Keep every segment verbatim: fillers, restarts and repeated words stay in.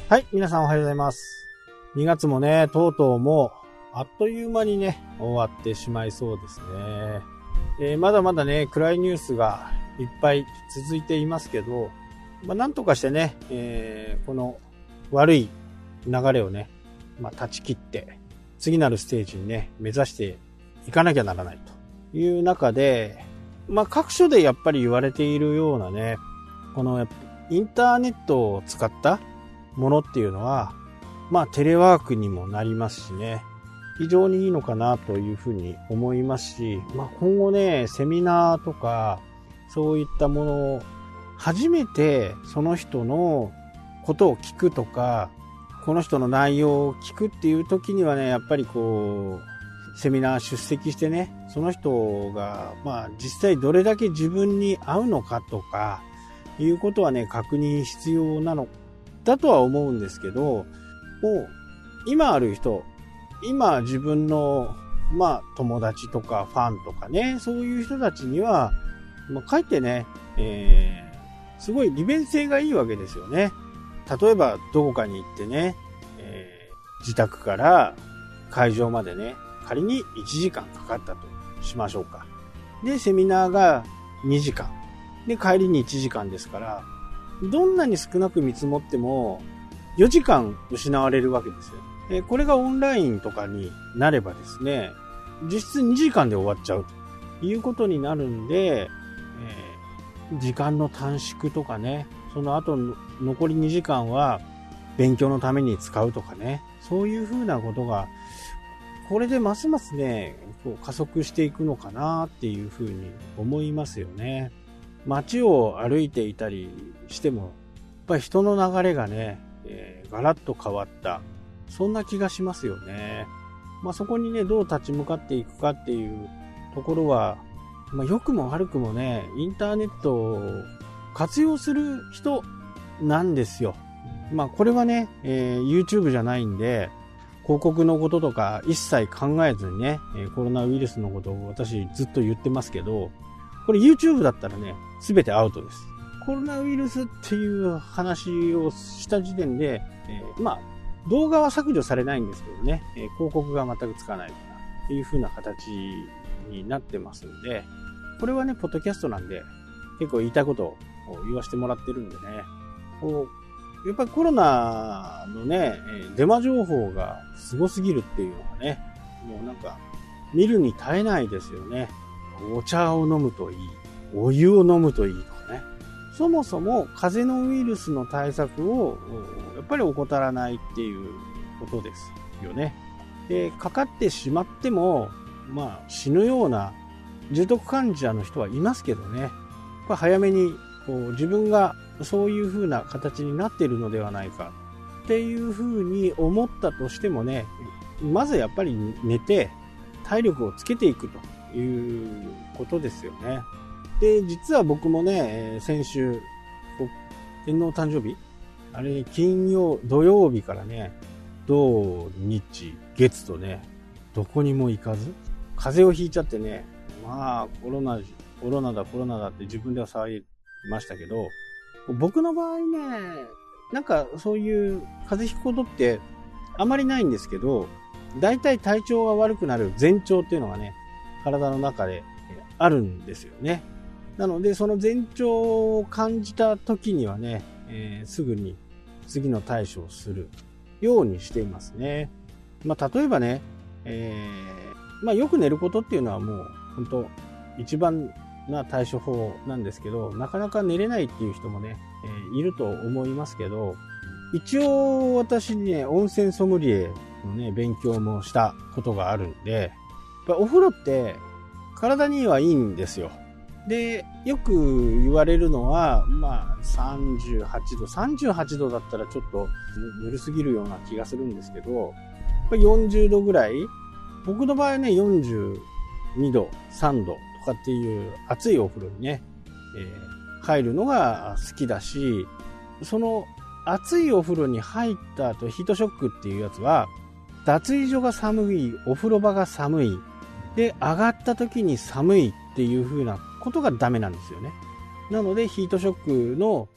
はい、皆さんおはようございます。にがつもね、とうとうもうあっという間にね、終わってしまいそうですね。えー、まだまだね、暗いニュースがいっぱい続いていますけど、まあ、なんとかしてね、えー、この悪い流れをね、まあ、断ち切って、次なるステージにね、目指していかなきゃならないという中で、まあ、各所でやっぱり言われているようなね、このインターネットを使ったものっていうのは、まあテレワークにもなりますしね、非常にいいのかなというふうに思いますし、まあ今後ね、セミナーとかそういったものを初めてその人のことを聞くとか、この人の内容を聞くっていう時にはね、やっぱりこうセミナー出席してね、その人がまあ実際どれだけ自分に合うのかとかいうことはね、確認必要なのだとは思うんですけど、もう今ある人、今自分のまあ友達とかファンとかね、そういう人たちには、まあ、かえってね、えー、すごい利便性がいいわけですよね。例えばどこかに行ってね、えー、自宅から会場までね、仮にいちじかんかかったとしましょうか。で、セミナーがにじかん。で、帰りにいちじかんですから、どんなに少なく見積もってもよじかん失われるわけですよ。えこれがオンラインとかになればですね、実質にじかんで終わっちゃうということになるんで、えー、時間の短縮とかね、その後の残りにじかんは勉強のために使うとかね、そういうふうなことがこれでますますね、こう加速していくのかなっていうふうに思いますよね。街を歩いていたりしても、やっぱり人の流れがね、えー、ガラッと変わった、そんな気がしますよね。まあ、そこにね、どう立ち向かっていくかっていうところは、まあ、良くも悪くもね、インターネットを活用する人なんですよ。まあ、これはね、えー、YouTube じゃないんで、広告のこととか一切考えずにね、コロナウイルスのことを私ずっと言ってますけど、これ YouTube だったらね、すべてアウトです。コロナウイルスっていう話をした時点で、えー、まあ、動画は削除されないんですけどね、えー、広告が全くつかないという風な形になってますんで、これはね、ポッドキャストなんで、結構言いたいことを言わせてもらってるんでね、こうやっぱりコロナのね、デマ情報がすごすぎるっていうのはね、もうなんか、見るに耐えないですよね。お茶を飲むといい、お湯を飲むといいとかね。そもそも風邪のウイルスの対策をやっぱり怠らないっていうことですよね。で、かかってしまっても、まあ死ぬような重篤患者の人はいますけどね。やっぱ早めにこう自分がそういう風な形になっているのではないかっていう風に思ったとしてもね、まずやっぱり寝て体力をつけていくということですよね。で、実は僕もね、先週、天皇誕生日あれ、金曜、土曜日からね、土日、月とね、どこにも行かず、風邪をひいちゃってね、まあ、コロナ、コロナだ、コロナだって自分では騒ぎましたけど、僕の場合ね、なんかそういう風邪ひくことってあまりないんですけど、だいたい体調が悪くなる前兆っていうのがね、体の中であるんですよね。なのでその前兆を感じた時にはね、えー、すぐに次の対処をするようにしていますね。まあ例えばね、えー、まあよく寝ることっていうのはもう本当一番な対処法なんですけど、なかなか寝れないっていう人もね、えー、いると思いますけど、一応私ね、温泉ソムリエのね、勉強もしたことがあるんで、やっぱお風呂って体にはいいんですよ。で、よく言われるのは、まあさんじゅうはちど、さんじゅうはちどだったらちょっとぬるすぎるような気がするんですけど、やっぱよんじゅうどぐらい、僕の場合ね、よんじゅうにど、さんどとかっていう熱いお風呂にね、えー、入るのが好きだし、その熱いお風呂に入った後ヒートショックっていうやつは、脱衣所が寒い、お風呂場が寒い、で上がった時に寒いっていう風なことがダメなんですよね。なのでヒートショックの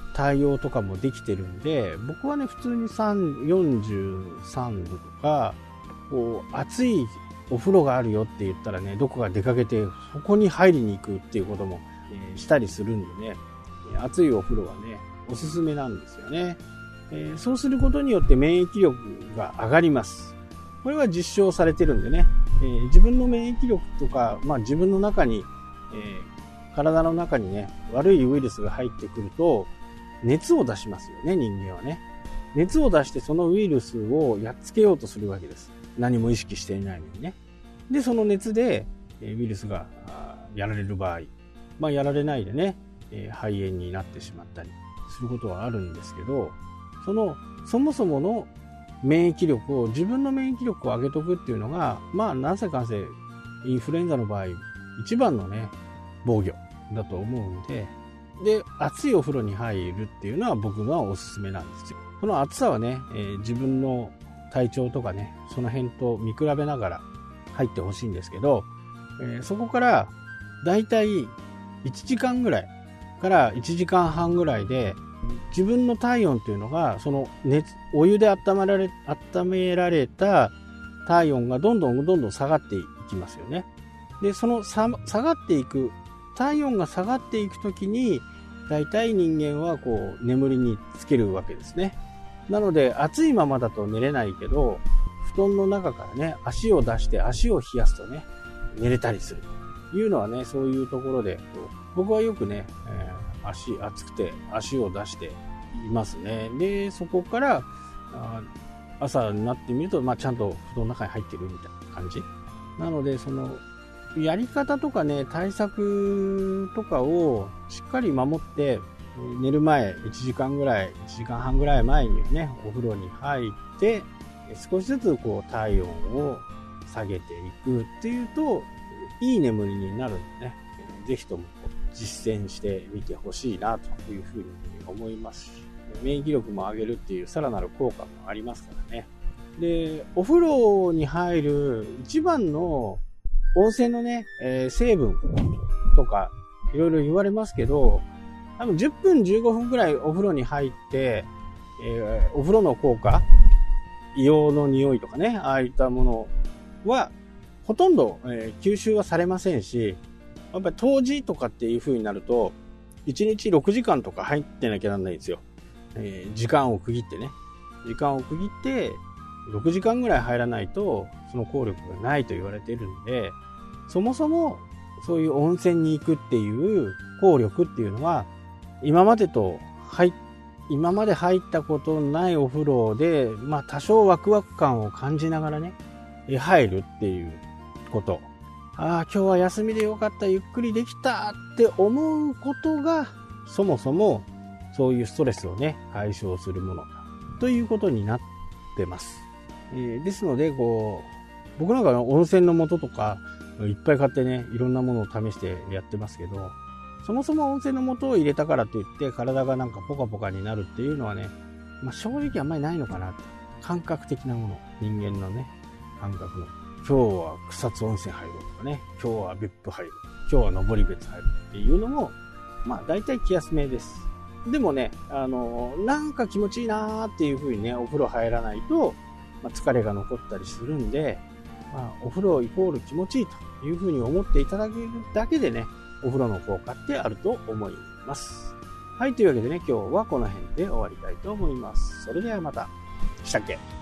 対応とかもできてるんで、僕はね、普通によんじゅうさんどとか、こう、暑いお風呂があるよって言ったらね、どこか出かけて、そこに入りに行くっていうことも、えー、したりするんでね、暑いお風呂はね、おすすめなんですよね。えー、そうすることによって免疫力が上がります。これは実証されてるんでね、えー、自分の免疫力とか、まあ自分の中に、えー、体の中にね、悪いウイルスが入ってくると、熱を出しますよね、人間はね。熱を出してそのウイルスをやっつけようとするわけです。何も意識していないのにね。で、その熱で、えー、ウイルスがやられる場合、まあやられないでね、えー、肺炎になってしまったりすることはあるんですけど、その、そもそもの免疫力を、自分の免疫力を上げとくっていうのが、まあ、なぜかせ、インフルエンザの場合、一番のね、防御だと思うんで、で、熱いお風呂に入るっていうのは僕のはおすすめなんですよ。この暑さはね、えー、自分の体調とかね、その辺と見比べながら入ってほしいんですけど、えー、そこから、だいたいいちじかんぐらいからいちじかんはんぐらいで、自分の体温というのが、その熱、お湯で温められ、温められた体温がどんどんどんどん下がっていきますよね。で、その下がっていく、体温が下がっていくときに、だいたい人間はこう眠りにつけるわけですね。なので、暑いままだと寝れないけど、布団の中からね、足を出して足を冷やすとね、寝れたりする。いうのはね、そういうところで、僕はよくね、えー足、暑くて足を出していますね。で、そこから、あ朝になってみると、まあ、ちゃんと布団の中に入ってるみたいな感じ。なので、その、やり方とかね、対策とかをしっかり守って、寝る前いちじかんぐらい、いちじかんはんぐらい前にね、お風呂に入って、少しずつこう体温を下げていくっていうと、いい眠りになるんでね、ぜひとも実践してみてほしいなというふうに思いますし、免疫力も上げるっていうさらなる効果もありますからね。で、お風呂に入る一番の温泉のね、えー、成分とかいろいろ言われますけど、多分じゅっぷんじゅうごふんくらいお風呂に入って、えー、お風呂の効果、硫黄の匂いとかね、ああいったものはほとんど、えー、吸収はされませんし、やっぱり冬至とかっていう風になると、いちにちろくじかんとか入ってなきゃなんないんですよ。えー、時間を区切ってね。時間を区切って、ろくじかんぐらい入らないと、その効力がないと言われているんで、そもそもそういう温泉に行くっていう効力っていうのは、今までと入、今まで入ったことのないお風呂で、まあ多少ワクワク感を感じながらね、入るっていうこと。ああ、今日は休みでよかった、ゆっくりできたって思うことが、そもそもそういうストレスをね、解消するものということになってます。えー、ですので、こう、僕なんか温泉の素とかいっぱい買ってね、いろんなものを試してやってますけど、そもそも温泉の素を入れたからといって体がなんかポカポカになるっていうのはね、まあ、正直あんまりないのかなって。感覚的なもの、人間のね、感覚の。今日は草津温泉入ろうとかね、今日は別府入る、今日は登別入るっていうのも、まあ大体気休めです。でもね、あの、なんか気持ちいいなーっていう風にね、お風呂入らないと、まあ、疲れが残ったりするんで、まあお風呂イコール気持ちいいという風に思っていただけるだけでね、お風呂の効果ってあると思います。はい、というわけでね、今日はこの辺で終わりたいと思います。それではまた。したっけ？